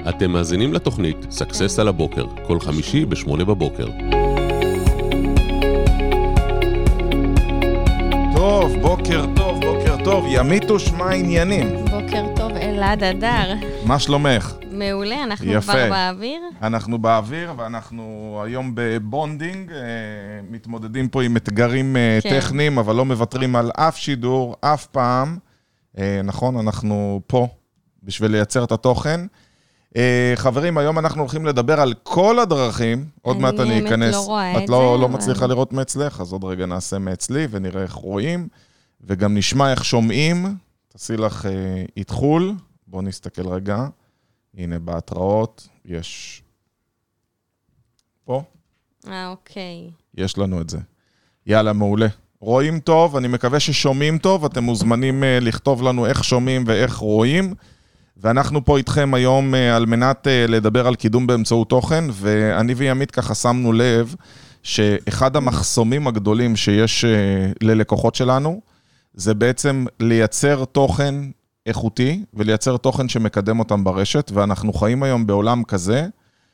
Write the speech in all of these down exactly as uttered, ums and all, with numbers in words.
אתם מאזינים לתוכנית Success על הבוקר, כל חמישי בשמונה בבוקר. טוב, בוקר טוב, בוקר טוב. ימיתוש, מה העניינים? בוקר טוב, אלעד אדר. מה שלומך? מעולה, אנחנו יפה. כבר באוויר. אנחנו באוויר, ואנחנו היום בבונדינג, מתמודדים פה עם אתגרים כן. טכניים, אבל לא מוותרים על אף שידור, אף פעם. נכון, אנחנו פה בשביל לייצר את התוכן. חברים, היום אנחנו הולכים לדבר על כל הדרכים, עוד מעט אני אכנס. לא רואה את לא, לא מצליחה לראות מאצלך, אז עוד רגע נעשה מאצלי ונראה איך רואים, וגם נשמע איך שומעים. תעשי לך איתחול, בואו נסתכל רגע. הנה בהתראות, יש פה. אה, אוקיי. יש לנו את זה. יאללה, מעולה. רואים טוב, אני מקווה ששומעים טוב, אתם מוזמנים לכתוב לנו איך שומעים ואיך רואים, ואנחנו פה איתכם היום על מנת לדבר על קידום באמצעות תוכן, ואני וימית ככה שמנו לב שאחד המחסומים הגדולים שיש ללקוחות שלנו, זה בעצם לייצר תוכן איכותי, ולייצר תוכן שמקדם אותם ברשת, ואנחנו חיים היום בעולם כזה,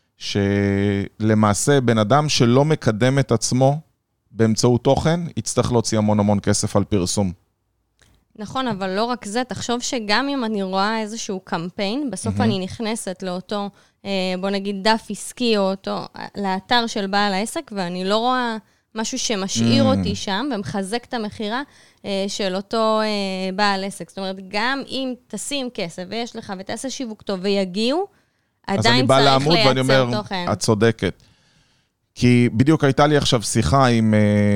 שלמעשה בן אדם שלא מקדם את עצמו באמצעות תוכן, יצטרך להוציא המון המון כסף על פרסום. נכון, אבל לא רק זה, תחשוב שגם אם אני רואה איזשהו קמפיין, בסוף mm-hmm. אני נכנסת לאותו, בוא נגיד דף עסקי, או אותו, לאתר של בעל העסק, ואני לא רואה משהו שמשאיר mm-hmm. אותי שם, ומחזק את המחירה של אותו בעל עסק. זאת אומרת, גם אם תשים כסף, ויש לך, ותעשה שיווק טוב, ויגיעו, עדיין צריך לייצר תוכן. את צודקת. כי בדיוק הייתה לי עכשיו שיחה עם,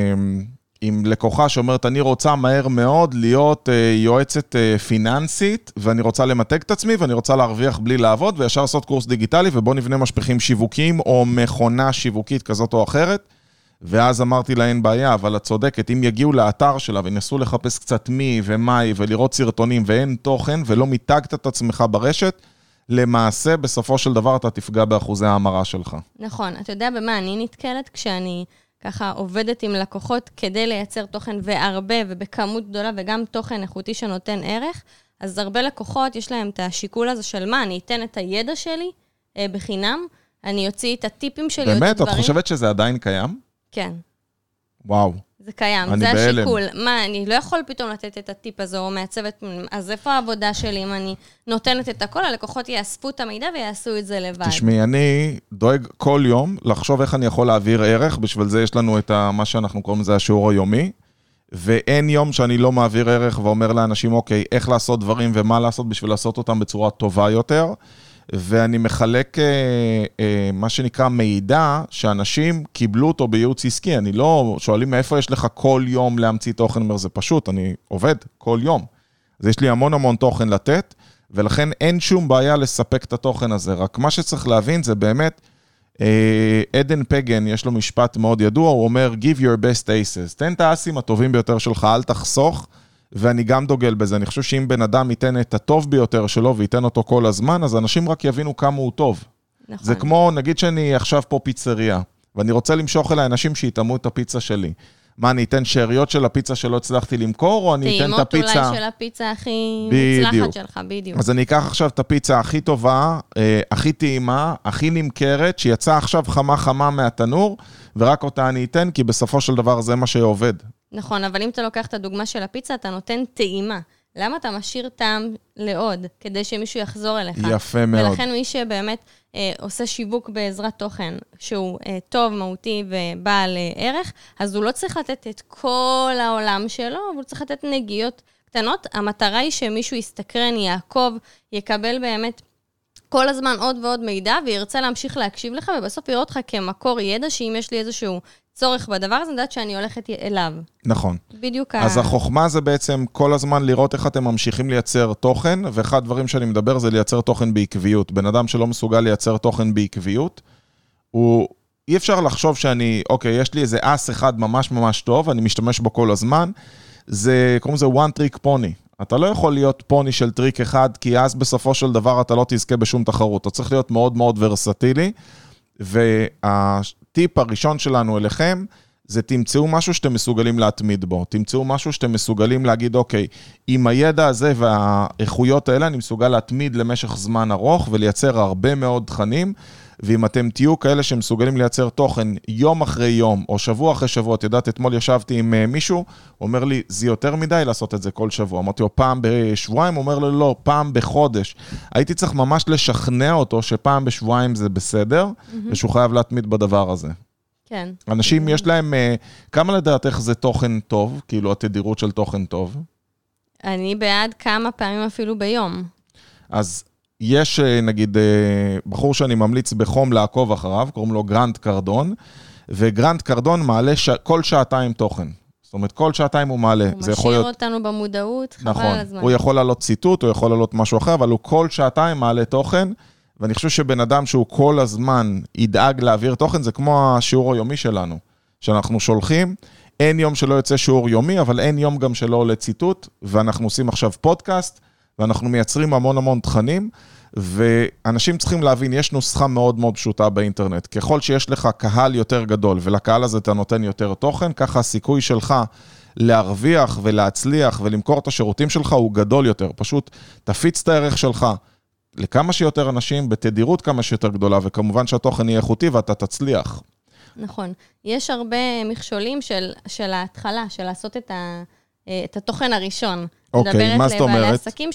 עם לקוחה שאומרת, אני רוצה מהר מאוד להיות יועצת פיננסית, ואני רוצה למתג את עצמי, ואני רוצה להרוויח בלי לעבוד, וישר לעשות קורס דיגיטלי, ובוא נבנה משפחים שיווקים, או מכונה שיווקית כזאת או אחרת. ואז אמרתי לה, אין בעיה, אבל את צודקת, אם יגיעו לאתר שלה, ונסו לחפש קצת מי ומאי, ולראות סרטונים, ואין תוכן, ולא מיתגת את עצמך ברשת, למעשה, בסופו של דבר, אתה תפגע באחוזי ההמרה שלך. נכון. אתה יודע במה אני נתקלת? כשאני ככה עובדת עם לקוחות כדי לייצר תוכן והרבה ובכמות גדולה, וגם תוכן איכותי שנותן ערך, אז הרבה לקוחות יש להם את השיקול הזה של מה, אני אתן את הידע שלי אה, בחינם, אני יוציא את הטיפים שלי. באמת? את חושבת שזה עדיין קיים? כן. וואו. זה קיים, זה השיקול. מה, אני לא יכול פתאום לתת את הטיפ הזה, או מעצבת, אז איפה העבודה שלי, אם אני נותנת את הכל, הלקוחות יאספו את המידע ויעשו את זה לבד. תשמעי, אני דואג כל יום לחשוב איך אני יכול להעביר ערך, בשביל זה יש לנו את מה שאנחנו קוראים לזה השיעור היומי, ואין יום שאני לא מעביר ערך ואומר לאנשים, אוקיי, איך לעשות דברים ומה לעשות בשביל לעשות אותם בצורה טובה יותר, ואני מחלק מה שנקרא מידע שאנשים קיבלו אותו בייעוץ עסקי. אני לא, שואלים מאיפה יש לך כל יום להמציא תוכן, אומר זה פשוט, אני עובד כל יום. אז יש לי המון המון תוכן לתת, ולכן אין שום בעיה לספק את התוכן הזה. רק מה שצריך להבין זה באמת, עדן פגן יש לו משפט מאוד ידוע, הוא אומר give your best aces, תן את האסים הטובים ביותר שלך, אל תחסוך, ואני גם דוגל בזה. אני חושב שאם בן אדם ייתן את הטוב ביותר שלו, וייתן אותו כל הזמן, אז אנשים רק יבינו כמה הוא טוב. נכון. זה כמו, נגיד שאני עכשיו פה פיצריה, ואני רוצה למשוך אליי אנשים שיתאמו את הפיצה שלי. מה, אני אתן שאריות של הפיצה שלא הצלחתי למכור, או אני אתן את הפיצה... טעימות אולי של הפיצה הכי מצלחת שלך, בדיוק. אז אני אקח עכשיו את הפיצה הכי טובה, הכי טעימה, הכי נמכרת, שיצאה עכשיו חמה חמה מהתנור, ורק אותה אני אתן, כי בסופו של דבר זה מה שעובד. נכון, אבל אם אתה לוקח את הדוגמה של הפיצה, אתה נותן טעימה. למה אתה משאיר טעם לעוד, כדי שמישהו יחזור אליך? יפה מאוד. ולכן מי שבאמת אה, עושה שיווק בעזרת תוכן, שהוא אה, טוב, מהותי ובעל אה, ערך, אז הוא לא צריך לתת את כל העולם שלו, אבל הוא צריך לתת נגיעות קטנות. המטרה היא שמישהו יסתקרן, יעקוב, יקבל באמת כל הזמן עוד ועוד מידע, וירצה להמשיך להקשיב לך, ובסוף יראה אותך כמקור ידע, שאם יש לי איזשהו צורך בדבר הזה, אני יודעת שאני הולכת אליו. נכון. בדיוק. אז ה... החוכמה זה בעצם כל הזמן לראות איך אתם ממשיכים לייצר תוכן, ואחד הדברים שאני מדבר זה לייצר תוכן בעקביות. בן אדם שלא מסוגל לייצר תוכן בעקביות, הוא... אי אפשר לחשוב שאני, אוקיי, יש לי איזה אס אחד ממש ממש טוב, אני משתמש בו כל הזמן, זה, קוראים לזה one trick pony. אתה לא יכול להיות פוני של טריק אחד, כי אז בסופו של דבר אתה לא תזכה בשום תחרות. אתה צריך להיות מאוד מאוד ורסטילי, והטיפ הראשון שלנו אליכם, זה תמצאו משהו שאתם מסוגלים להתמיד בו, תמצאו משהו שאתם מסוגלים להגיד, אוקיי, עם הידע הזה והאיכויות האלה, אני מסוגל להתמיד למשך זמן ארוך, ולייצר הרבה מאוד תכנים, ואם אתם תהיו כאלה שמסוגלים לייצר תוכן יום אחרי יום, או שבוע אחרי שבוע, את יודעת, אתמול ישבתי עם מישהו, הוא אומר לי, זה יותר מדי לעשות את זה כל שבוע. אמרתי לו, פעם בשבועיים, הוא אומר לו, לא, פעם בחודש. הייתי צריך ממש לשכנע אותו, שפעם בשבועיים זה בסדר, mm-hmm. ושהוא חייב להתמיד בדבר הזה. כן. אנשים, יש להם, כמה לדעת איך זה תוכן טוב, כאילו התדירות של תוכן טוב? אני בעד כמה פעמים אפילו ביום. אז יש, נגיד, בחור שאני ממליץ בחום לעקוב אחריו, קוראים לו גרנט קרדון, וגרנט קרדון מעלה ש... כל שעתיים תוכן. זאת אומרת, כל שעתיים הוא מעלה. הוא משאיר להיות... אותנו במודעות, חבל נכון. על הזמן. הוא יכול לעלות ציטוט, הוא יכול לעלות משהו אחר, אבל הוא כל שעתיים מעלה תוכן, ואני חושב שבן אדם שהוא כל הזמן ידאג להעביר תוכן, זה כמו השיעור היומי שלנו, שאנחנו שולחים, אין יום שלא יוצא שיעור יומי, אבל אין יום גם שלא עולה ציטוט, ואנחנו עושים עכשיו פודקאסט, ואנחנו מייצרים המון המון תכנים, ואנשים צריכים להבין, יש נוסחה מאוד מאוד פשוטה באינטרנט, ככל שיש לך קהל יותר גדול, ולקהל הזה אתה נותן יותר תוכן, ככה הסיכוי שלך להרוויח ולהצליח ולמכור את השירותים שלך הוא גדול יותר, פשוט תפיץ את הערך שלך, לכמה שיותר אנשים, בתדירות כמה שיותר גדולה, וכמובן שהתוכן יהיה איכותי ואתה תצליח. נכון. יש הרבה מכשולים של, של ההתחלה, של לעשות את, ה, את התוכן הראשון. אוקיי, מה זאת אומרת? לבעלי עסקים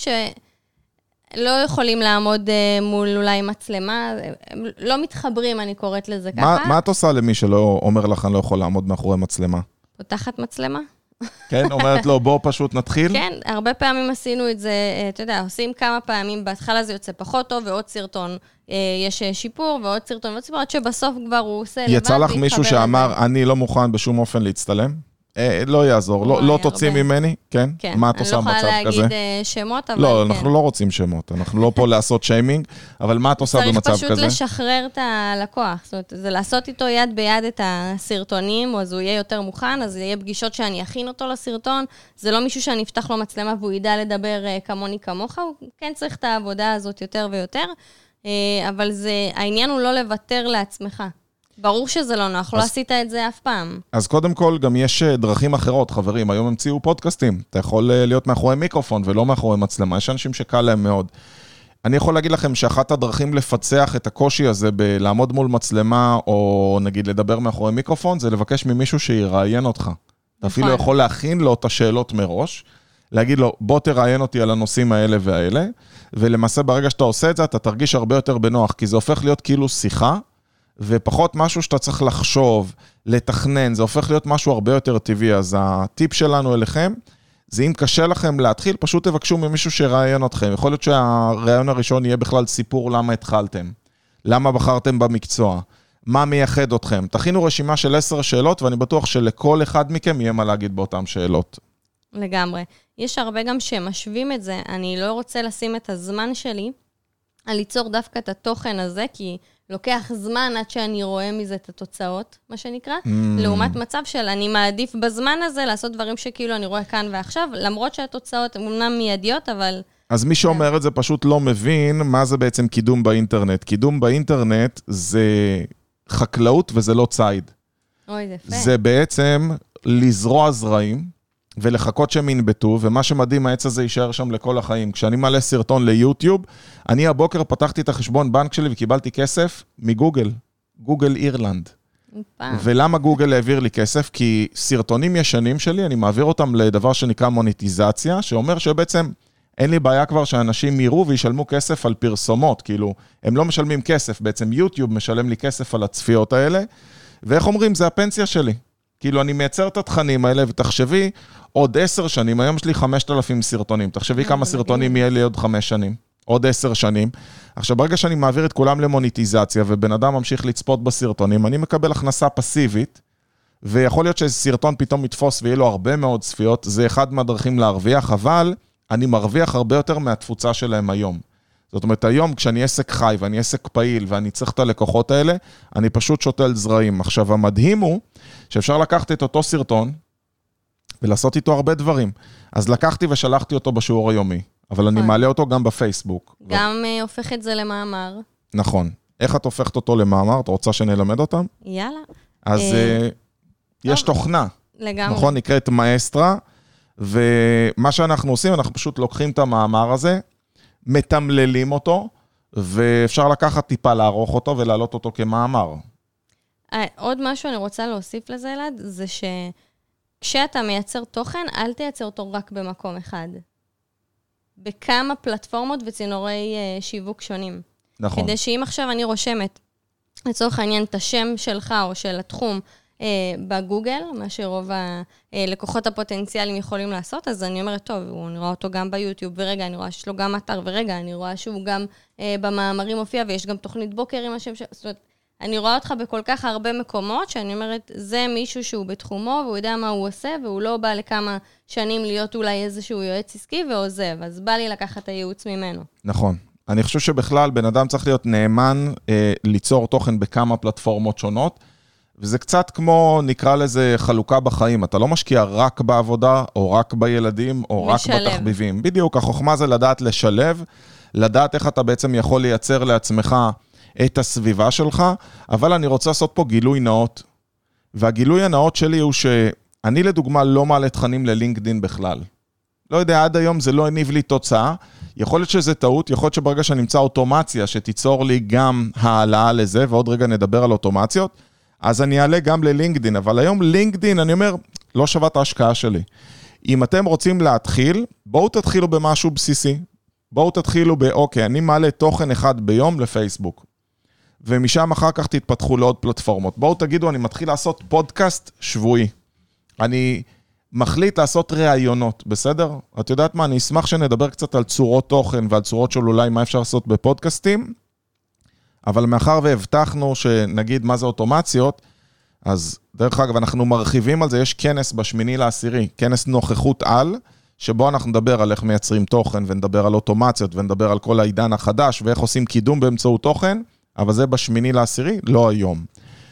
שלא יכולים לעמוד מול אולי מצלמה, הם לא מתחברים, אני קוראת לזה ככה. מה, מה את עושה למי שלא אומר לך, אני לא יכול לעמוד מאחורי מצלמה? פותחת מצלמה. כן, אומרת לו, בוא פשוט נתחיל? כן, הרבה פעמים עשינו את זה, אתה יודע, עושים כמה פעמים, בהתחלה זה יוצא פחות טוב, ועוד סרטון, יש שיפור, ועוד סרטון, ועוד סיפור, עד שבסוף כבר הוא עושה לבד. יצא לך מישהו שאמר, אני לא מוכן בשום אופן להצטלם? לא יעזור, לא תוציא ממני, כן? מה את עושה במצב כזה? אני לא יכולה להגיד שמות, אבל כן. לא, אנחנו לא רוצים שמות, אנחנו לא פה לעשות שיימינג, אבל מה את עושה במצב כזה? צריך פשוט לשחרר את הלקוח, זאת אומרת, זה לעשות איתו יד ביד את הסרטונים, אז הוא יהיה יותר מוכן, אז יהיה פגישות שאני אכין אותו לסרטון, זה לא מישהו שאני אפתח לו מצלמה והוא ידע לדבר כמוני כמוך, הוא כן צריך את העבודה הזאת יותר ויותר, אבל העניין הוא לא לוותר לעצמך. ברור שזה לא נוח, לא עשית את זה אף פעם. אז קודם כל, גם יש דרכים אחרות, חברים. היום המציאו פודקאסטים. אתה יכול להיות מאחורי מיקרופון ולא מאחורי מצלמה. יש אנשים שקל להם מאוד. אני יכול להגיד לכם שאחת הדרכים לפצח את הקושי הזה בלעמוד מול מצלמה, או נגיד לדבר מאחורי מיקרופון, זה לבקש ממישהו שיראיין אותך. אתה אפילו יכול להכין לו את השאלות מראש, להגיד לו, בוא תראיין אותי על הנושאים האלה והאלה, ולמעשה ברגע שאתה עושה את זה, אתה תרגיש הרבה יותר בנוח, כי זה הופך להיות כאילו שיחה, ופחות משהו שאתה צריך לחשוב, לתכנן, זה הופך להיות משהו הרבה יותר טבעי, אז הטיפ שלנו אליכם, זה אם קשה לכם להתחיל, פשוט תבקשו ממישהו שיראיין אתכם, יכול להיות שהרעיון הראשון יהיה בכלל סיפור למה התחלתם, למה בחרתם במקצוע, מה מייחד אתכם, תכינו רשימה של עשר שאלות, ואני בטוח שלכל אחד מכם יהיה מה להגיד באותן שאלות. לגמרי. יש הרבה גם שמשווים את זה, אני לא רוצה לשים את הזמן שלי, על ליצור דווקא את התוכן הזה, כי לוקח זמן עד שאני רואה מזה את התוצאות, מה שנקרא, mm. לעומת מצב של אני מעדיף בזמן הזה לעשות דברים שכאילו אני רואה כאן ועכשיו, למרות שהתוצאות הן אומנם מיידיות, אבל... אז מי שאומר את זה פשוט לא מבין מה זה בעצם קידום באינטרנט. קידום באינטרנט זה חקלאות וזה לא צייד. אוי, זה יפה. זה בעצם לזרוע זרעים, ולחכות שהם ינבטו, ומה שמדהים, העץ הזה יישאר שם לכל החיים. כשאני מעלה סרטון ליוטיוב, אני הבוקר פתחתי את החשבון בנק שלי וקיבלתי כסף מגוגל, גוגל אירלנד. פעם. ולמה גוגל העביר לי כסף? כי סרטונים ישנים שלי, אני מעביר אותם לדבר שנקרא מוניטיזציה, שאומר שבעצם אין לי בעיה כבר שאנשים יראו וישלמו כסף על פרסומות, כאילו, הם לא משלמים כסף, בעצם יוטיוב משלם לי כסף על הצפיות האלה, ואיך אומרים, זה הפנסיה שלי. כאילו, אני מייצר את התכנים האלה, ותחשבי, עוד עשר שנים, היום יש לי חמשת אלפים סרטונים, תחשבי כמה סרטונים יהיה לי עוד חמש שנים, עוד עשר שנים. עכשיו, ברגע שאני מעביר את כולם למוניטיזציה, ובן אדם ממשיך לצפות בסרטונים, אני מקבל הכנסה פסיבית, ויכול להיות שזה סרטון פתאום יתפוס, ויהיה לו הרבה מאוד צפיות, זה אחד מהדרכים להרוויח, אבל אני מרוויח הרבה יותר מהתפוצה שלהם היום. זאת אומרת, היום כשאני עסק חי, ואני עסק פעיל, ואני צריך את הלקוחות האלה, אני פשוט שותל זרעים. עכשיו, המדהים הוא, שאפשר לקחת את אותו סרטון, ולעשות איתו הרבה דברים. אז לקחתי ושלחתי אותו בשיעור היומי, אבל אני מעלה אותו גם בפייסבוק. גם הופך את זה למאמר. נכון. איך את הופכת אותו למאמר? את רוצה שנלמד אותם? יאללה. אז יש תוכנה. לגמרי. נכון, נקראת מאסטרה, ומה שאנחנו עושים, אנחנו פשוט לוקחים את המאמר הזה, מתמללים אותו, ואפשר לקחת טיפה לערוך אותו ולהעלות אותו כמאמר. עוד משהו אני רוצה להוסיף לזה, אלעד, זה שכשאתה מייצר תוכן, אל תייצר אותו רק במקום אחד. בכמה פלטפורמות וצינורי שיווק שונים. נכון. כדי שאם עכשיו אני רושמת, לצורך העניין, את השם שלך או של התחום בגוגל, מה שרוב הלקוחות הפוטנציאליים יכולים לעשות, אז אני אומרת, טוב, אני רואה אותו גם ביוטיוב, ורגע, אני רואה שיש לו גם אתר, ורגע, אני רואה שהוא גם במאמרים מופיע, ויש גם תוכנית בוקר עם השם של... זאת אומרת, אני רואה אותך בכל כך הרבה מקומות, שאני אומרת, זה מישהו שהוא בתחומו, והוא יודע מה הוא עושה, והוא לא בא לכמה שנים להיות אולי איזשהו יועץ עסקי ועוזב, אז בא לי לקחת את הייעוץ ממנו. נכון. אני חושב שבכלל בן אדם צריך להיות נאמן, אה, ליצור תוכן בכמה פלטפורמות שונות, וזה קצת כמו, נקרא לזה, חלוקה בחיים. אתה לא משקיע רק בעבודה, או רק בילדים, או משלב. רק בתחביבים. בדיוק, החוכמה זה לדעת לשלב, לדעת איך אתה בעצם יכול לייצר לעצמך את הסביבה שלך, אבל אני רוצה לעשות פה גילוי נאות. והגילוי הנאות שלי הוא שאני לדוגמה לא מעלה תכנים ללינקדין בכלל. לא יודע, עד היום זה לא הניב לי תוצאה. יכול להיות שזה טעות, יכול להיות שברגע שאני נמצא אוטומציה, שתיצור לי גם העלאה לזה, ועוד רגע נדבר על אוטומציות, אז אני אעלה גם ללינקדין, אבל היום לינקדין, אני אומר, לא שווה את ההשקעה שלי. אם אתם רוצים להתחיל, בואו תתחילו במשהו בסיסי. בואו תתחילו באוקיי, אני מעלה תוכן אחד ביום לפייסבוק. ומשם אחר כך תתפתחו לעוד פלטפורמות. בואו תגידו, אני מתחיל לעשות פודקאסט שבועי. אני מחליט לעשות ראיונות, בסדר? את יודעת מה? אני אשמח שנדבר קצת על צורות תוכן ועל צורות של אולי מה אפשר לעשות בפודקאסטים, אבל מאחר והבטחנו שנגיד מה זה אוטומציות, אז דרך אגב, אנחנו מרחיבים על זה, יש כנס בשמיני לעשירי, כנס נוכחות על, שבו אנחנו נדבר על איך מייצרים תוכן, ונדבר על אוטומציות, ונדבר על כל העידן החדש, ואיך עושים קידום באמצעות תוכן, אבל זה בשמיני לעשירי, לא היום.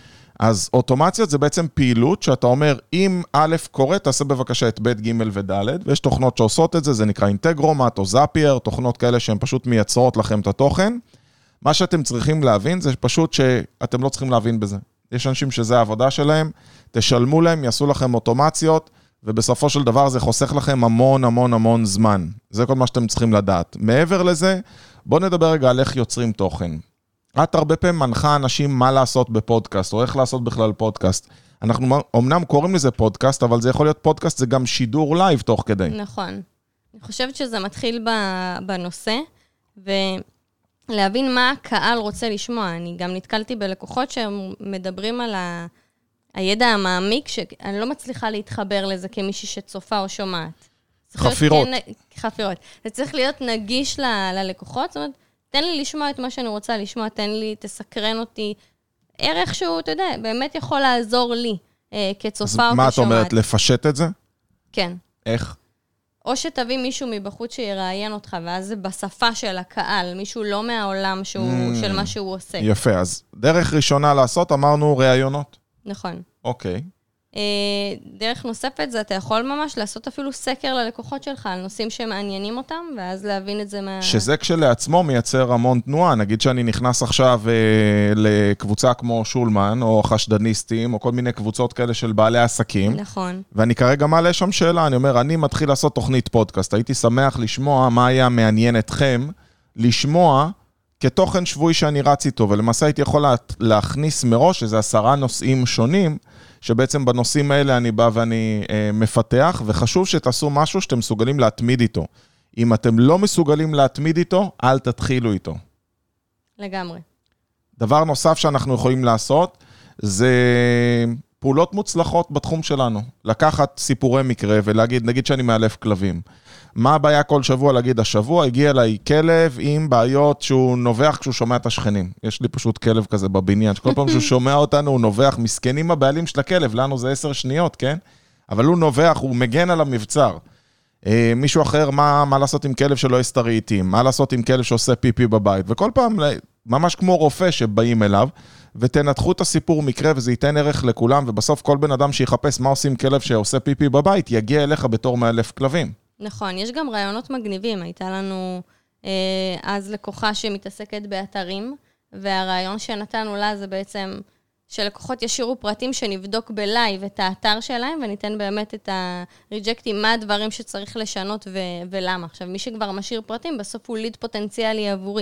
אז אוטומציות זה בעצם פעילות שאתה אומר, אם א' קורא, תעשה בבקשה את ב' ג' וד', ויש תוכנות שעושות את זה, זה נקרא אינטגרומט או זאפייר, תוכנות כאלה שהן פשוט מייצרות לכם את התוכן. מה שאתם צריכים להבין זה פשוט שאתם לא צריכים להבין בזה. יש אנשים שזה העבודה שלהם, תשלמו להם, יעשו לכם אוטומציות, ובסופו של דבר זה חוסך לכם המון המון המון זמן. זה כל מה שאתם צריכים לדעת. מעבר לזה, בואו נדבר רגע על איך יוצרים תוכן. את הרבה פעמים מנחה אנשים מה לעשות בפודקאסט, או איך לעשות בכלל פודקאסט. אנחנו אמנם קוראים לזה פודקאסט, אבל זה יכול להיות פודקאסט, זה גם שידור לייב תוך כדי. נכון. אני חושבת שזה מתחיל בנושא, ולהבין מה הקהל רוצה לשמוע. אני גם נתקלתי בלקוחות שמדברים על ה... הידע המעמיק, שאני לא מצליחה להתחבר לזה כמישהי שצופה או שומעת. חפירות. כן, חפירות. זה צריך להיות נגיש ל- ללקוחות, זאת אומרת, תן לי לשמוע את מה שאני רוצה לשמוע, תן לי, תסקרן אותי, ערך שהוא, אתה יודע, באמת יכול לעזור לי אה, כצופה או כשומעת. אז מה את אומרת, לפשט את זה? כן. איך? או שתביא מישהו מבחוץ שיראיין אותך, ואז זה בשפה של הקהל, מישהו לא מהעולם שהוא, mm, של מה שהוא עושה. יפה, אז דרך ראשונה לעשות, אמרנו ראיונות. נכון. אוקיי. דרך נוספת זה, אתה יכול ממש לעשות אפילו סקר ללקוחות שלך, על נושאים שמעניינים אותם, ואז להבין את זה מה... שזה כשלעצמו מייצר המון תנועה, נגיד שאני נכנס עכשיו אה, לקבוצה כמו שולמן, או חשדניסטים, או כל מיני קבוצות כאלה של בעלי עסקים. נכון. ואני כרגע מעלה שם שאלה, אני אומר, אני מתחיל לעשות תוכנית פודקאסט, הייתי שמח לשמוע מה היה מעניין אתכם, לשמוע כתוכן שבועי שאני רץ איתו, ולמעשה הייתי יכול להכניס מראש איזה עשרה נושאים שונים, שבעצם בנושאים האלה אני בא ואני אה, מפתח, וחשוב שתעשו משהו שאתם מסוגלים להתמיד איתו. אם אתם לא מסוגלים להתמיד איתו, אל תתחילו איתו. לגמרי. דבר נוסף שאנחנו יכולים לעשות, זה פעולות מוצלחות בתחום שלנו. לקחת סיפורי מקרה ולהגיד, נגיד שאני מאלף כלבים. מה הבעיה כל שבוע? להגיד, השבוע הגיע אליי כלב עם בעיות שהוא נובח כשהוא שומע את השכנים. יש לי פשוט כלב כזה בבניין, שכל פעם שהוא שומע אותנו הוא נובח, מסכנים הבעלים של הכלב, לנו זה עשר שניות, כן? אבל הוא נובח, הוא מגן על המבצר. אה, מישהו אחר, מה, מה לעשות עם כלב שלא יסתרי איתים? מה לעשות עם כלב שעושה פיפי בבית? וכל פעם, ממש כמו רופא שבאים אליו, ותנתחו את הסיפור מקרה, וזה ייתן ערך לכולם, ובסוף כל בן אדם שיחפש מה עושים כלב שעושה פיפי בבית, יגיע אליך בתור מאלף כלבים. נכון, יש גם רעיונות מגניבים. הייתה לנו אה, אז לקוחה שמתעסקת באתרים, והרעיון שנתנו לה זה בעצם שלקוחות ישירו פרטים שנבדוק בלייב את האתר שלהם, וניתן באמת את הריג'קטים, מה הדברים שצריך לשנות ו- ולמה. עכשיו, מי שכבר משאיר פרטים, בסוף הוא ליד פוטנציאלי עבורי.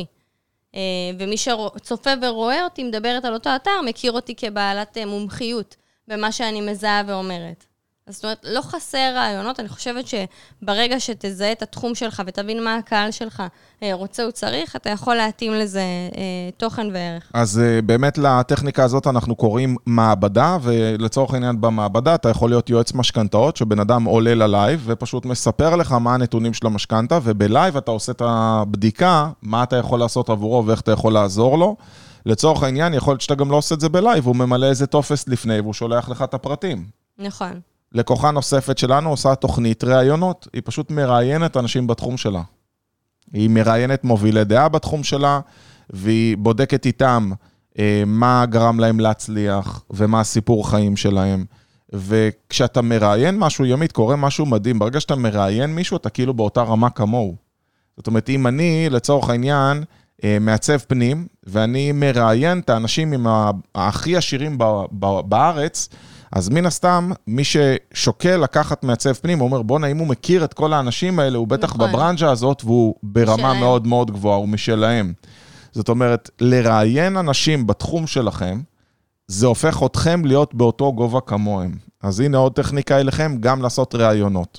ומי שצופה ורואה אותי, מדברת על אותו אתר, מכיר אותי כבעלת מומחיות במה שאני מזהה ואומרת. אז זאת אומרת, לא חסר רעיונות, אני חושבת שברגע שתזהה את התחום שלך ותבין מה הקהל שלך רוצה וצריך, אתה יכול להתאים לזה תוכן וערך. אז באמת לטכניקה הזאת אנחנו קוראים מעבדה, ולצורך העניין במעבדה אתה יכול להיות יועץ משכנתאות, שבן אדם עולה ללייב ופשוט מספר לך מה הנתונים של המשכנתה, ובלייב אתה עושה את הבדיקה, מה אתה יכול לעשות עבורו ואיך אתה יכול לעזור לו. לצורך העניין, יכול להיות שאתה גם לא עושה את זה בלייב, הוא ממלא איזה טופס לפני והוא שולח לך את הפרטים. נכון. לקוחה נוספת שלנו עושה תוכנית ראיונות, היא פשוט מראיינת אנשים בתחום שלה. היא מראיינת מובילי דעה בתחום שלה, והיא בודקת איתם אה, מה גרם להם להצליח, ומה הסיפור חיים שלהם. וכשאתה מראיין משהו, ימית, קורה משהו מדהים, ברגע שאתה מראיין מישהו, אתה כאילו באותה רמה כמוהו. זאת אומרת, אם אני, לצורך העניין, אה, מעצב פנים, ואני מראיין את האנשים עם הכי עשירים ב- ב- בארץ, אז מן הסתם, מי ששוקל לקחת מעצב פנים, הוא אומר, בוא נעים, הוא מכיר את כל האנשים האלה, הוא בטח נכון. בברנז'ה הזאת, והוא ברמה שלהם. מאוד מאוד גבוהה, הוא משלהם. זאת אומרת, לראיין אנשים בתחום שלכם, זה הופך אתכם להיות באותו גובה כמוהם. אז הנה עוד טכניקה אליכם, גם לעשות ראיונות.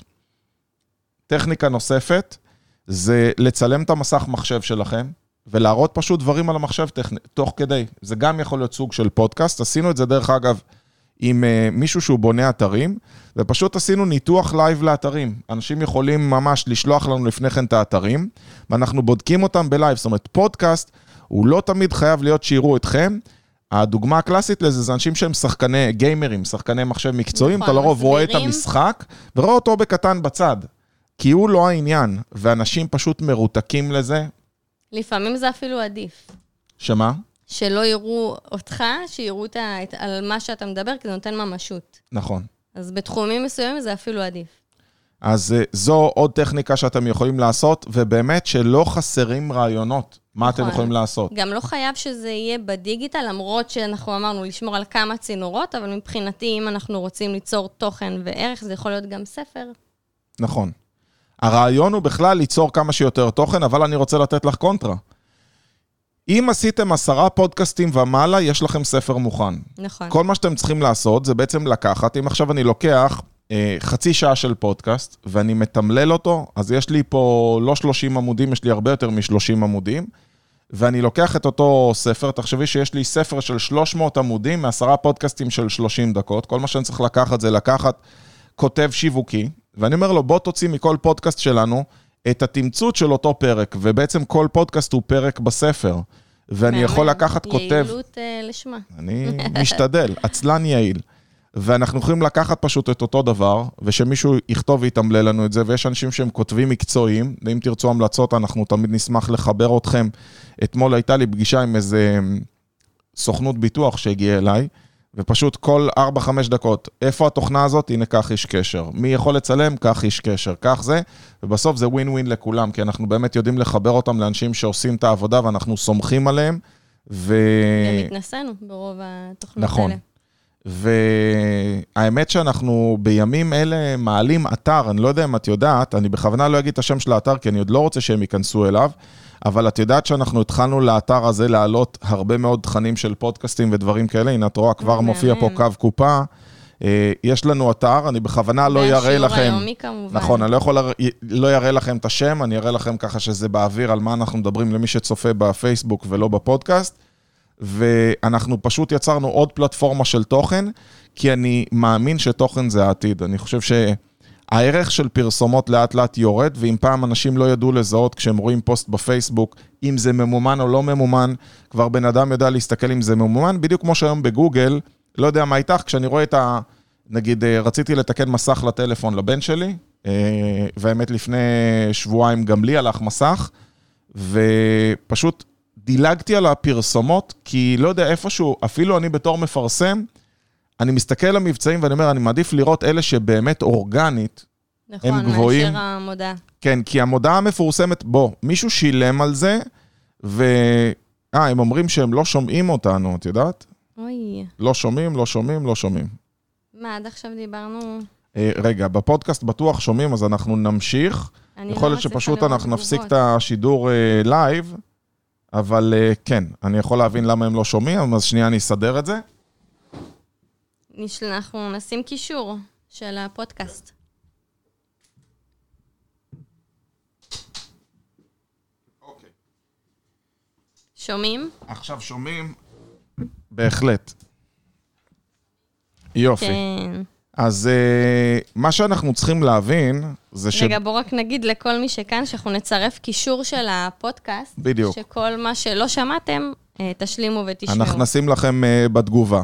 טכניקה נוספת, זה לצלם את המסך מחשב שלכם, ולהראות פשוט דברים על המחשב טכני, תוך כדי. זה גם יכול להיות סוג של פודקאסט, עשינו את זה דרך אגב, עם uh, מישהו שהוא בונה אתרים, ופשוט עשינו ניתוח לייב לאתרים. אנשים יכולים ממש לשלוח לנו לפני כן את האתרים, ואנחנו בודקים אותם בלייב. זאת אומרת, פודקאסט הוא לא תמיד חייב להיות שיראו אתכם. הדוגמה הקלאסית לזה זה אנשים שהם שחקני גיימרים, שחקני מחשב מקצועיים, אתה לרוב רואה את המשחק, ורואה אותו בקטן בצד, כי הוא לא העניין, ואנשים פשוט מרותקים לזה. לפעמים זה אפילו עדיף. שמה? שלא יראו אותך, שיראו את, על מה שאתה מדבר, כי זה נותן ממשות. נכון. אז בתחומים מסוימים זה אפילו עדיף. אז זו עוד טכניקה שאתם יכולים לעשות, ובאמת שלא חסרים רעיונות. מה נכון. אתם יכולים לעשות? גם לא חייב שזה יהיה בדיגיטל, למרות שאנחנו אמרנו לשמור על כמה צינורות, אבל מבחינתי, אם אנחנו רוצים ליצור תוכן וערך, זה יכול להיות גם ספר. נכון. הרעיון הוא בכלל ליצור כמה שיותר תוכן, אבל אני רוצה לתת לך קונטרה. אם עשיתם עשרה פודקאסטים ומעלה, יש לכם ספר מוכן. נכון. כל מה שאתם צריכים לעשות, זה בעצם לקחת, אם עכשיו אני לוקח אה, חצי שעה של פודקאסט, ואני מתמלל אותו, אז יש לי פה לא שלושים עמודים, יש לי הרבה יותר מ-שלושים עמודים, ואני לוקח את אותו ספר, תחשבי שיש לי ספר של שלוש מאות עמודים, מעשרה פודקאסטים של שלושים דקות, כל מה שאני צריך לקחת זה לקחת כותב שיווקי, ואני אומר לו, בוא תוציא מכל פודקאסט שלנו, את התמצות של אותו פרק, ובעצם כל פודקאסט הוא פרק בספר, ואני יכול לקחת כותב... יעילות לשמה. אני משתדל, עצלן יעיל. ואנחנו יכולים לקחת פשוט את אותו דבר, ושמישהו יכתוב ויתמלל לנו את זה, ויש אנשים שהם כותבים מקצועיים, ואם תרצו המלצות, אנחנו תמיד נשמח לחבר אתכם. אתמול הייתה לי פגישה עם איזה סוכנות ביטוח שהגיעה אליי, ופשוט כל ארבע חמש דקות, איפה התוכנה הזאת? הנה כך איש קשר. מי יכול לצלם? כך איש קשר. כך זה, ובסוף זה ווין ווין לכולם, כי אנחנו באמת יודעים לחבר אותם לאנשים שעושים את העבודה, ואנחנו סומכים עליהם, ו... גם התנסינו ברוב התוכנות נכון. האלה. והאמת שאנחנו בימים אלה מעלים אתר, אני לא יודע אם את יודעת, אני בכוונה לא אגיד את השם של האתר, כי אני עוד לא רוצה שהם ייכנסו אליו, אבל את יודעת שאנחנו התחלנו לאתר הזה לעלות הרבה מאוד תכנים של פודקאסטים ודברים כאלה, הנה את רואה, כבר מופיע פה קו קופה, יש לנו אתר, אני בכוונה לא יראה לכם, והשיעור היומי כמובן. נכון, אני לא יכול, לא יראה לכם את השם, אני אראה לכם ככה שזה באוויר, על מה אנחנו מדברים למי שצופה בפייסבוק ולא בפודקאסט, ואנחנו פשוט יצרנו עוד פלטפורמה של תוכן, כי אני מאמין שתוכן זה העתיד, אני חושב ש... הערך של פרסומות לאט לאט יורד, ואם פעם אנשים לא ידעו לזהות כשהם רואים פוסט בפייסבוק, אם זה ממומן או לא ממומן, כבר בן אדם יודע להסתכל אם זה ממומן, בדיוק כמו שהיום בגוגל, לא יודע מה איתך, כשאני רואה את ה... נגיד, רציתי לתקן מסך לטלפון לבן שלי, והאמת לפני שבועיים גם לי הלך מסך, ופשוט דילגתי על הפרסומות, כי לא יודע איפשהו, אפילו אני בתור מפרסם, אני מסתכל על המבצעים ואני אומר, אני מעדיף לראות אלה שבאמת אורגנית, נכון, הם גבוהים. מאשר המודעה. כן, כי המודעה המפורסמת, בוא, מישהו שילם על זה, ו... אה, הם אומרים שהם לא שומעים אותנו, את יודעת? אוי. לא שומעים, לא שומעים, לא שומעים. מה, עד עכשיו דיברנו... אה, רגע, בפודקאסט בטוח שומעים, אז אנחנו נמשיך. יכול להיות שפשוט אנחנו נפסיק את השידור אה, לייב, אבל אה, כן, אני יכול להבין למה הם לא שומעים, אז שנייה אני אסדר את זה. אנחנו נשים קישור של הפודקאסט. אוקיי. שומעים? עכשיו שומעים? בהחלט. יופי. כן. אז uh, מה שאנחנו צריכים להבין, זה ש... רגע, בוא רק נגיד לכל מי שכאן, שאנחנו נצרף קישור של הפודקאסט. בדיוק. שכל מה שלא שמעתם, uh, תשלימו ותשמעו. אנחנו נשים לכם uh, בתגובה.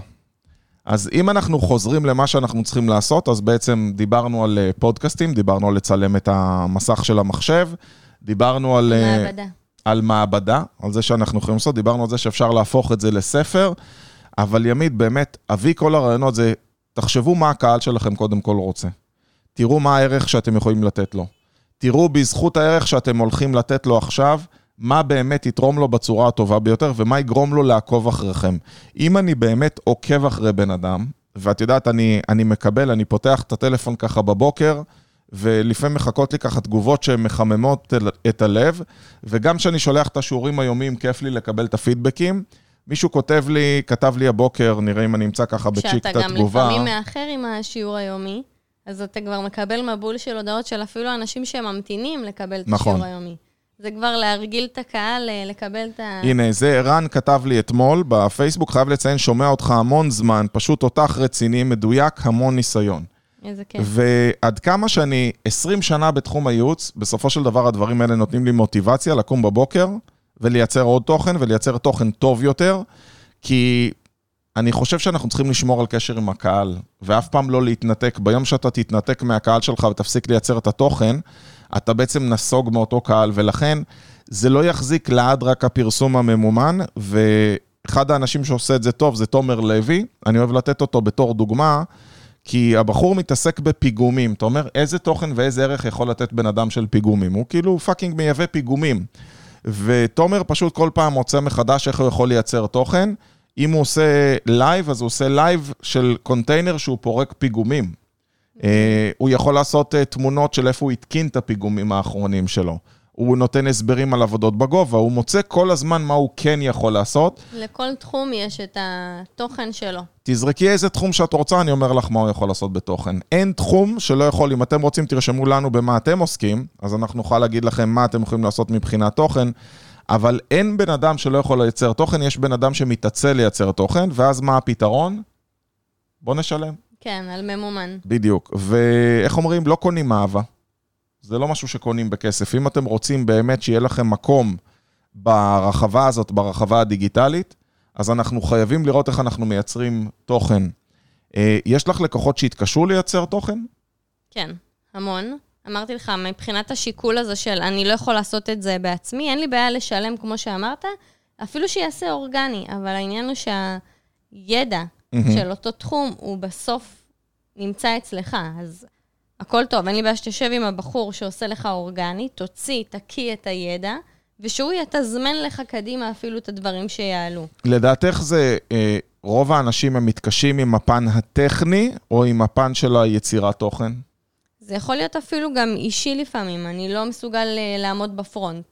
אז אם אנחנו חוזרים למה שאנחנו צריכים לעשות, אז בעצם דיברנו על uh, פודקאסטים, דיברנו על לצלם את המסך של המחשב, דיברנו על... מעבדה. על מעבדה, על זה שאנחנו יכולים לעשות, דיברנו על זה שאפשר להפוך את זה לספר, אבל ימית, באמת, אבי כל הרעיונות זה, תחשבו מה הקהל שלכם קודם כל רוצה. תראו מה הערך שאתם יכולים לתת לו. תראו בזכות הערך שאתם הולכים לתת לו עכשיו, מה באמת יתרום לו בצורה הטובה ביותר, ומה יגרום לו לעקוב אחריכם. אם אני באמת עוקב אחרי בן אדם, ואת יודעת, אני, אני מקבל, אני פותח את הטלפון ככה בבוקר, ולפעמים מחכות לי ככה תגובות שהן מחממות את הלב, וגם כשאני שולח את השיעורים היומיים, כיף לי לקבל את הפידבקים. מישהו כותב לי, כתב לי הבוקר, נראה אם אני אמצא ככה בצ'יק את התגובה. כשאתה גם לפעמים מאחר עם השיעור היומי, אז אתה כבר מקבל מבול של הודעות של אפילו אנשים שממתינים לקבל את נכון. השיעור היומי. זה כבר להרגיל את הקהל, לקבל את ה... הנה, זה ערן כתב לי אתמול בפייסבוק, חייב לציין, שומע אותך המון זמן, פשוט אותך רציני, מדויק, המון ניסיון. איזה כיף. ועד כמה שאני עשרים שנה בתחום הייעוץ, בסופו של דבר הדברים האלה נותנים לי מוטיבציה לקום בבוקר, ולייצר עוד תוכן, ולייצר תוכן טוב יותר, כי אני חושב שאנחנו צריכים לשמור על קשר עם הקהל, ואף פעם לא להתנתק. ביום שאתה תתנתק מהקהל שלך ותפסיק לייצר את התוכן, אתה בעצם נסוג מאותו קהל, ולכן זה לא יחזיק לעד רק הפרסום הממומן, ואחד האנשים שעושה את זה טוב זה תומר לוי, אני אוהב לתת אותו בתור דוגמה, כי הבחור מתעסק בפיגומים, אתה אומר איזה תוכן ואיזה ערך יכול לתת בן אדם של פיגומים, הוא כאילו פאקינג מייבא פיגומים, ותומר פשוט כל פעם מוצא מחדש איך הוא יכול לייצר תוכן, אם הוא עושה לייב, אז הוא עושה לייב של קונטיינר שהוא פורק פיגומים, הוא יכול לעשות תמונות של איפה הוא התקין את הפיגומים האחרונים שלו, הוא נותן הסברים על עבודות בגובה, הוא מוצא כל הזמן מה הוא כן יכול לעשות. לכל תחום יש את התוכן שלו. תזרקי איזה תחום שאת רוצה, אני אומר לך מה הוא יכול לעשות בתוכן. אין תחום שלא יכול, אם אתם רוצים תרשמו לנו במה אתם עוסקים, אז אנחנו נוכל להגיד לכם מה אתם יכולים לעשות מבחינת תוכן, אבל אין בן אדם שלא יכול לייצר תוכן, יש בן אדם שמתעצל לייצר תוכן, ואז מה הפתרון? בוא נשלם. כן, על ממומן. בדיוק, ואיך אומרים? לא קונים אהבה. זה לא משהו שקונים בכסף. אם אתם רוצים באמת שיהיה לכם מקום ברחבה הזאת, ברחבה הדיגיטלית, אז אנחנו חייבים לראות איך אנחנו מייצרים תוכן. יש לך לקוחות שהתקשו לייצר תוכן? כן, המון. אמרתי לך, מבחינת השיקול הזה של אני לא יכול לעשות את זה בעצמי, אין לי בעיה לשלם כמו שאמרת, אפילו שיעשה אורגני, אבל העניין הוא שהידע של אותו תחום הוא בסוף נמצא אצלך, אז הכל טוב, אין לי בעיה שתשב עם הבחור שעושה לך אורגני, תוציא, תקיא את הידע, ושהוא יתזמן לך קדימה אפילו את הדברים שיעלו. לדעתך זה, רוב האנשים הם מתקשים עם הפן הטכני, או עם הפן של היצירת תוכן? זה יכול להיות אפילו גם אישי לפעמים, אני לא מסוגל לעמוד בפרונט.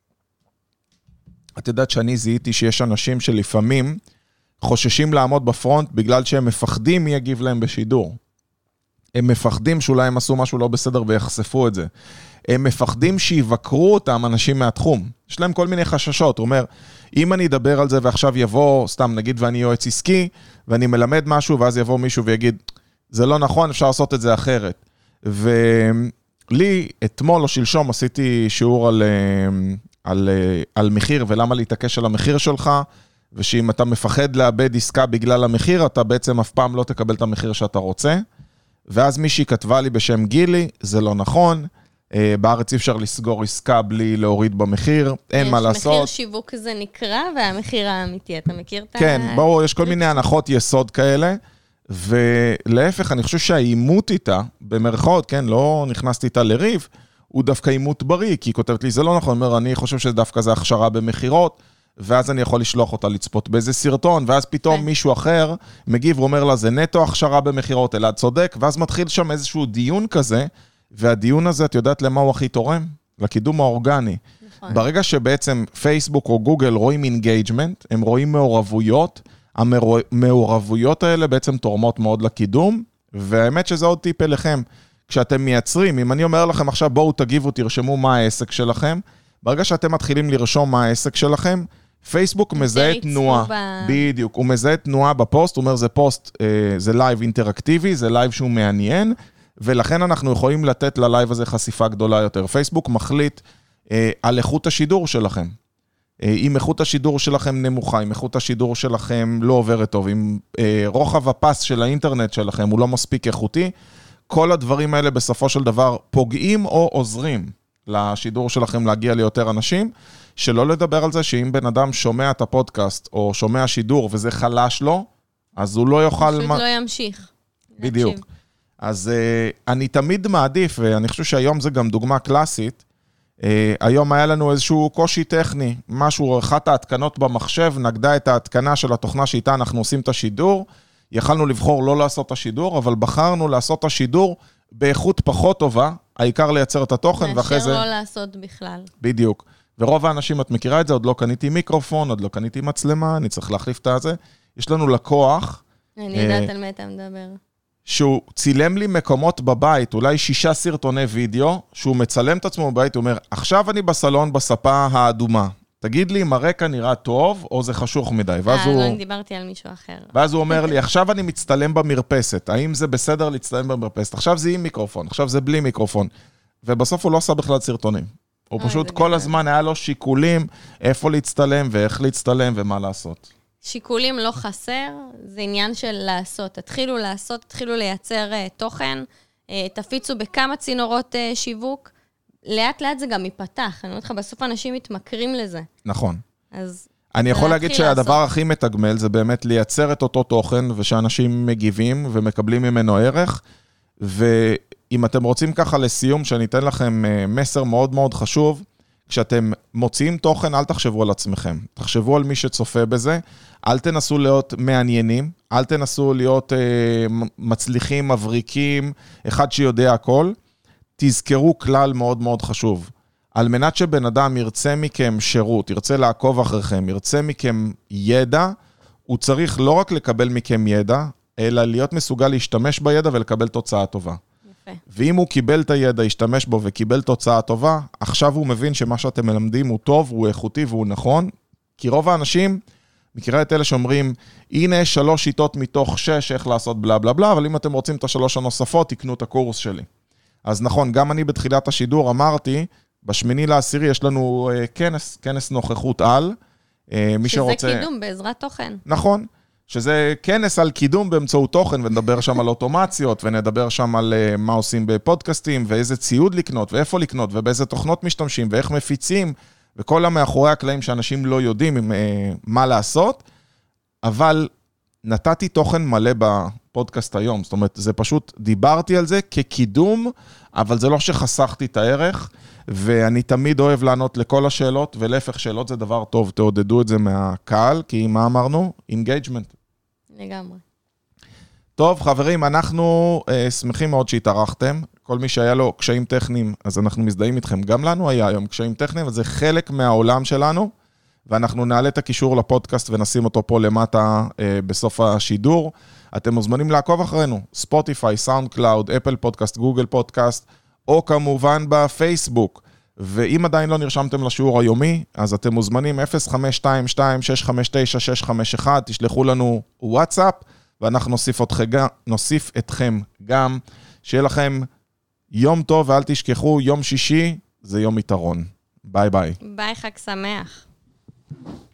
את יודעת שאני זיהיתי שיש אנשים שלפעמים חוששים לעמוד בפרונט, בגלל שהם מפחדים מי יגיב להם בשידור. הם מפחדים שאולי הם עשו משהו לא בסדר ויחשפו את זה. הם מפחדים שיבקרו אותם אנשים מהתחום. יש להם כל מיני חששות. הוא אומר, אם אני אדבר על זה ועכשיו יבוא, סתם נגיד ואני יועץ עסקי, ואני מלמד משהו ואז יבוא מישהו ויגיד, זה לא נכון, אפשר לעשות את זה אחרת. ולי, אתמול או שלשום עשיתי שיעור על, על, על מחיר ולמה להתעקש על המחיר שלך, ושאם אתה מפחד לאבד עסקה בגלל המחיר, אתה בעצם אף פעם לא תקבל את המחיר שאתה רוצה. ואז מישהי כתבה לי בשם גילי, זה לא נכון, בארץ אי אפשר לסגור עסקה בלי להוריד במחיר, אין מה לעשות. מחיר שיווק זה נקרא, והמחיר האמיתי, אתה מכיר את ה... כן, ברור, יש כל מיני הנחות יסוד כאלה, ולהפך, אני חושב שהאימות איתה, במרכאות, כן, לא נכנסתי איתה לריב, הוא דווקא אימות בריא, כי היא כותבת לי, זה לא נכון, אומר, אני חושב שדווקא זה הכשרה במחירות, ואז אני יכול לשלוח אותה לצפות באיזה סרטון, ואז פתאום מישהו אחר מגיב ואומר לה, זה נטו הכשרה במחירות, אלעד צודק, ואז מתחיל שם איזשהו דיון כזה, והדיון הזה, את יודעת למה הוא הכי תורם? לקידום האורגני. נכון. ברגע שבעצם פייסבוק או גוגל רואים אינגייג'מנט, הם רואים מעורבויות, המעורבויות האלה בעצם תורמות מאוד לקידום, והאמת שזה עוד טיפ אליכם. כשאתם מייצרים, אם אני אומר לכם עכשיו, בואו תגיבו, תרשמו מה העסק שלכם, ברגע שאתם מתחילים לרשום מה העסק שלכם, פייסבוק מזהה תנועה, בדיוק, הוא מזהה תנועה בפוסט, הוא אומר זה פוסט, זה לייב אינטראקטיבי, זה לייב שהוא מעניין, ולכן אנחנו יכולים לתת ללייב הזה חשיפה גדולה יותר. פייסבוק מחליט על איכות השידור שלכם. אם איכות השידור שלכם נמוכה, אם איכות השידור שלכם לא עוברת טוב, אם רוחב הפס של האינטרנט שלכם הוא לא מספיק איכותי, כל הדברים האלה בסופו של דבר פוגעים או עוזרים לשידור שלכם להגיע ליותר אנשים, שלא לדבר על זה שאם בן אדם שומע את הפודקאסט או שומע שידור וזה חלש לו, אז הוא לא יוכל... פשוט מה... לא ימשיך. בדיוק. להקשיב. אז uh, אני תמיד מעדיף, ואני חושב שהיום זה גם דוגמה קלאסית, uh, היום היה לנו איזשהו קושי טכני, משהו, אחת ההתקנות במחשב, נגדה את ההתקנה של התוכנה שאיתה אנחנו עושים את השידור, יכלנו לבחור לא לעשות את השידור, אבל בחרנו לעשות את השידור באיכות פחות טובה, העיקר לייצר את התוכן, ואחרי זה... מאשר לא לעשות בכלל. בדיוק. ורוב האנשים, את מכירה את זה, עוד לא קניתי מיקרופון, עוד לא קניתי מצלמה, אני צריך להחליף את הזה. יש לנו לקוח... אני יודעת על מה אתה מדבר. שהוא צילם לי מקומות בבית, אולי שישה סרטוני וידאו, שהוא מצלם את עצמו בבית, הוא אומר, עכשיו אני בסלון בספה האדומה. תגיד לי אם הרקע נראה טוב, או זה חשוך מדי. אה, הוא... לא דיברתי על מישהו אחר. ואז הוא אומר לי, עכשיו אני מצטלם במרפסת. האם זה בסדר להצטלם במרפסת? עכשיו זה עם מיקרופון, עכשיו זה בלי מיקרופון. ובסוף הוא לא עשה בכלל סרטונים. הוא פשוט כל הזמן היה לו שיקולים, איפה להצטלם ואיך להצטלם ומה לעשות. שיקולים לא חסר, זה עניין של לעשות. תתחילו לעשות, תתחילו לייצר uh, תוכן, uh, תפיצו בכמה צינורות uh, שיווק, לאט לאט זה גם ייפתח. אני אומרת לך, בסוף אנשים מתמכרים לזה. נכון. אז... אני יכול להגיד שהדבר הכי מתגמל זה באמת לייצר את אותו תוכן, ושאנשים מגיבים ומקבלים ממנו ערך, ואם אתם רוצים ככה לסיום, שאני אתן לכם מסר מאוד מאוד חשוב, כשאתם מוציאים תוכן, אל תחשבו על עצמכם. תחשבו על מי שצופה בזה, אל תנסו להיות מעניינים, אל תנסו להיות אה, מצליחים, מבריקים, אחד שיודע הכל. תזכרו כלל מאוד מאוד חשוב. על מנת שבן אדם ירצה מכם שירות, ירצה לעקוב אחריכם, ירצה מכם ידע, הוא צריך לא רק לקבל מכם ידע, אלא להיות מסוגל להשתמש בידע ולקבל תוצאה טובה. יפה. ואם הוא קיבל את הידע, ישתמש בו וקיבל תוצאה טובה, עכשיו הוא מבין שמה שאתם מלמדים הוא טוב, הוא איכותי והוא נכון, כי רוב האנשים, מכירה את אלה שאומרים, הנה שלוש שיטות מתוך שש, איך לעשות בלה בלה בלה, אבל אם אתם רוצים את השלוש הנוספות, תקנו את הקורס שלי. אז נכון, גם אני בתחילת השידור אמרתי, בשמיני לעשירי יש לנו uh, כנס, כנס נוכחות על. Uh, מי שזה שרוצה... קידום בעזרת תוכן. נכון, שזה כנס על קידום באמצעות תוכן, ונדבר שם על אוטומציות, ונדבר שם על uh, מה עושים בפודקאסטים, ואיזה ציוד לקנות, ואיפה לקנות, ובאיזה תוכנות משתמשים, ואיך מפיצים, וכל המאחורי הקלעים שאנשים לא יודעים עם, uh, מה לעשות, אבל נתתי תוכן מלא בפודקאסט היום, זאת אומרת, זה פשוט, דיברתי על זה כקידום, אבל זה לא שחסכתי את הערך, ואני תמיד אוהב לענות לכל השאלות, ולהפך שאלות זה דבר טוב, תעודדו את זה מהקהל, כי מה אמרנו? אינגייג'מנט. לגמרי. טוב, חברים, אנחנו uh, שמחים מאוד שהתארחתם, כל מי שהיה לו קשיים טכניים, אז אנחנו מזדהים איתכם, גם לנו היה היום קשיים טכניים, אז זה חלק מהעולם שלנו, ואנחנו נעלה את הקישור לפודקאסט ונשים אותו פה למטה אה, בסוף השידור. אתם מוזמנים לעקוב אחרינו, ספוטיפיי, סאונד קלאוד, אפל פודקאסט, גוגל פודקאסט, או כמובן בפייסבוק. ואם עדיין לא נרשמתם לשיעור היומי, אז אתם מוזמנים אפס חמש שתיים שתיים שש חמש תשע שש חמש אחת, תשלחו לנו וואטסאפ, ואנחנו נוסיף אתכם, נוסיף אתכם גם. שיהיה לכם יום טוב, ואל תשכחו, יום שישי זה יום יתרון. ביי ביי. ביי, חג שמח.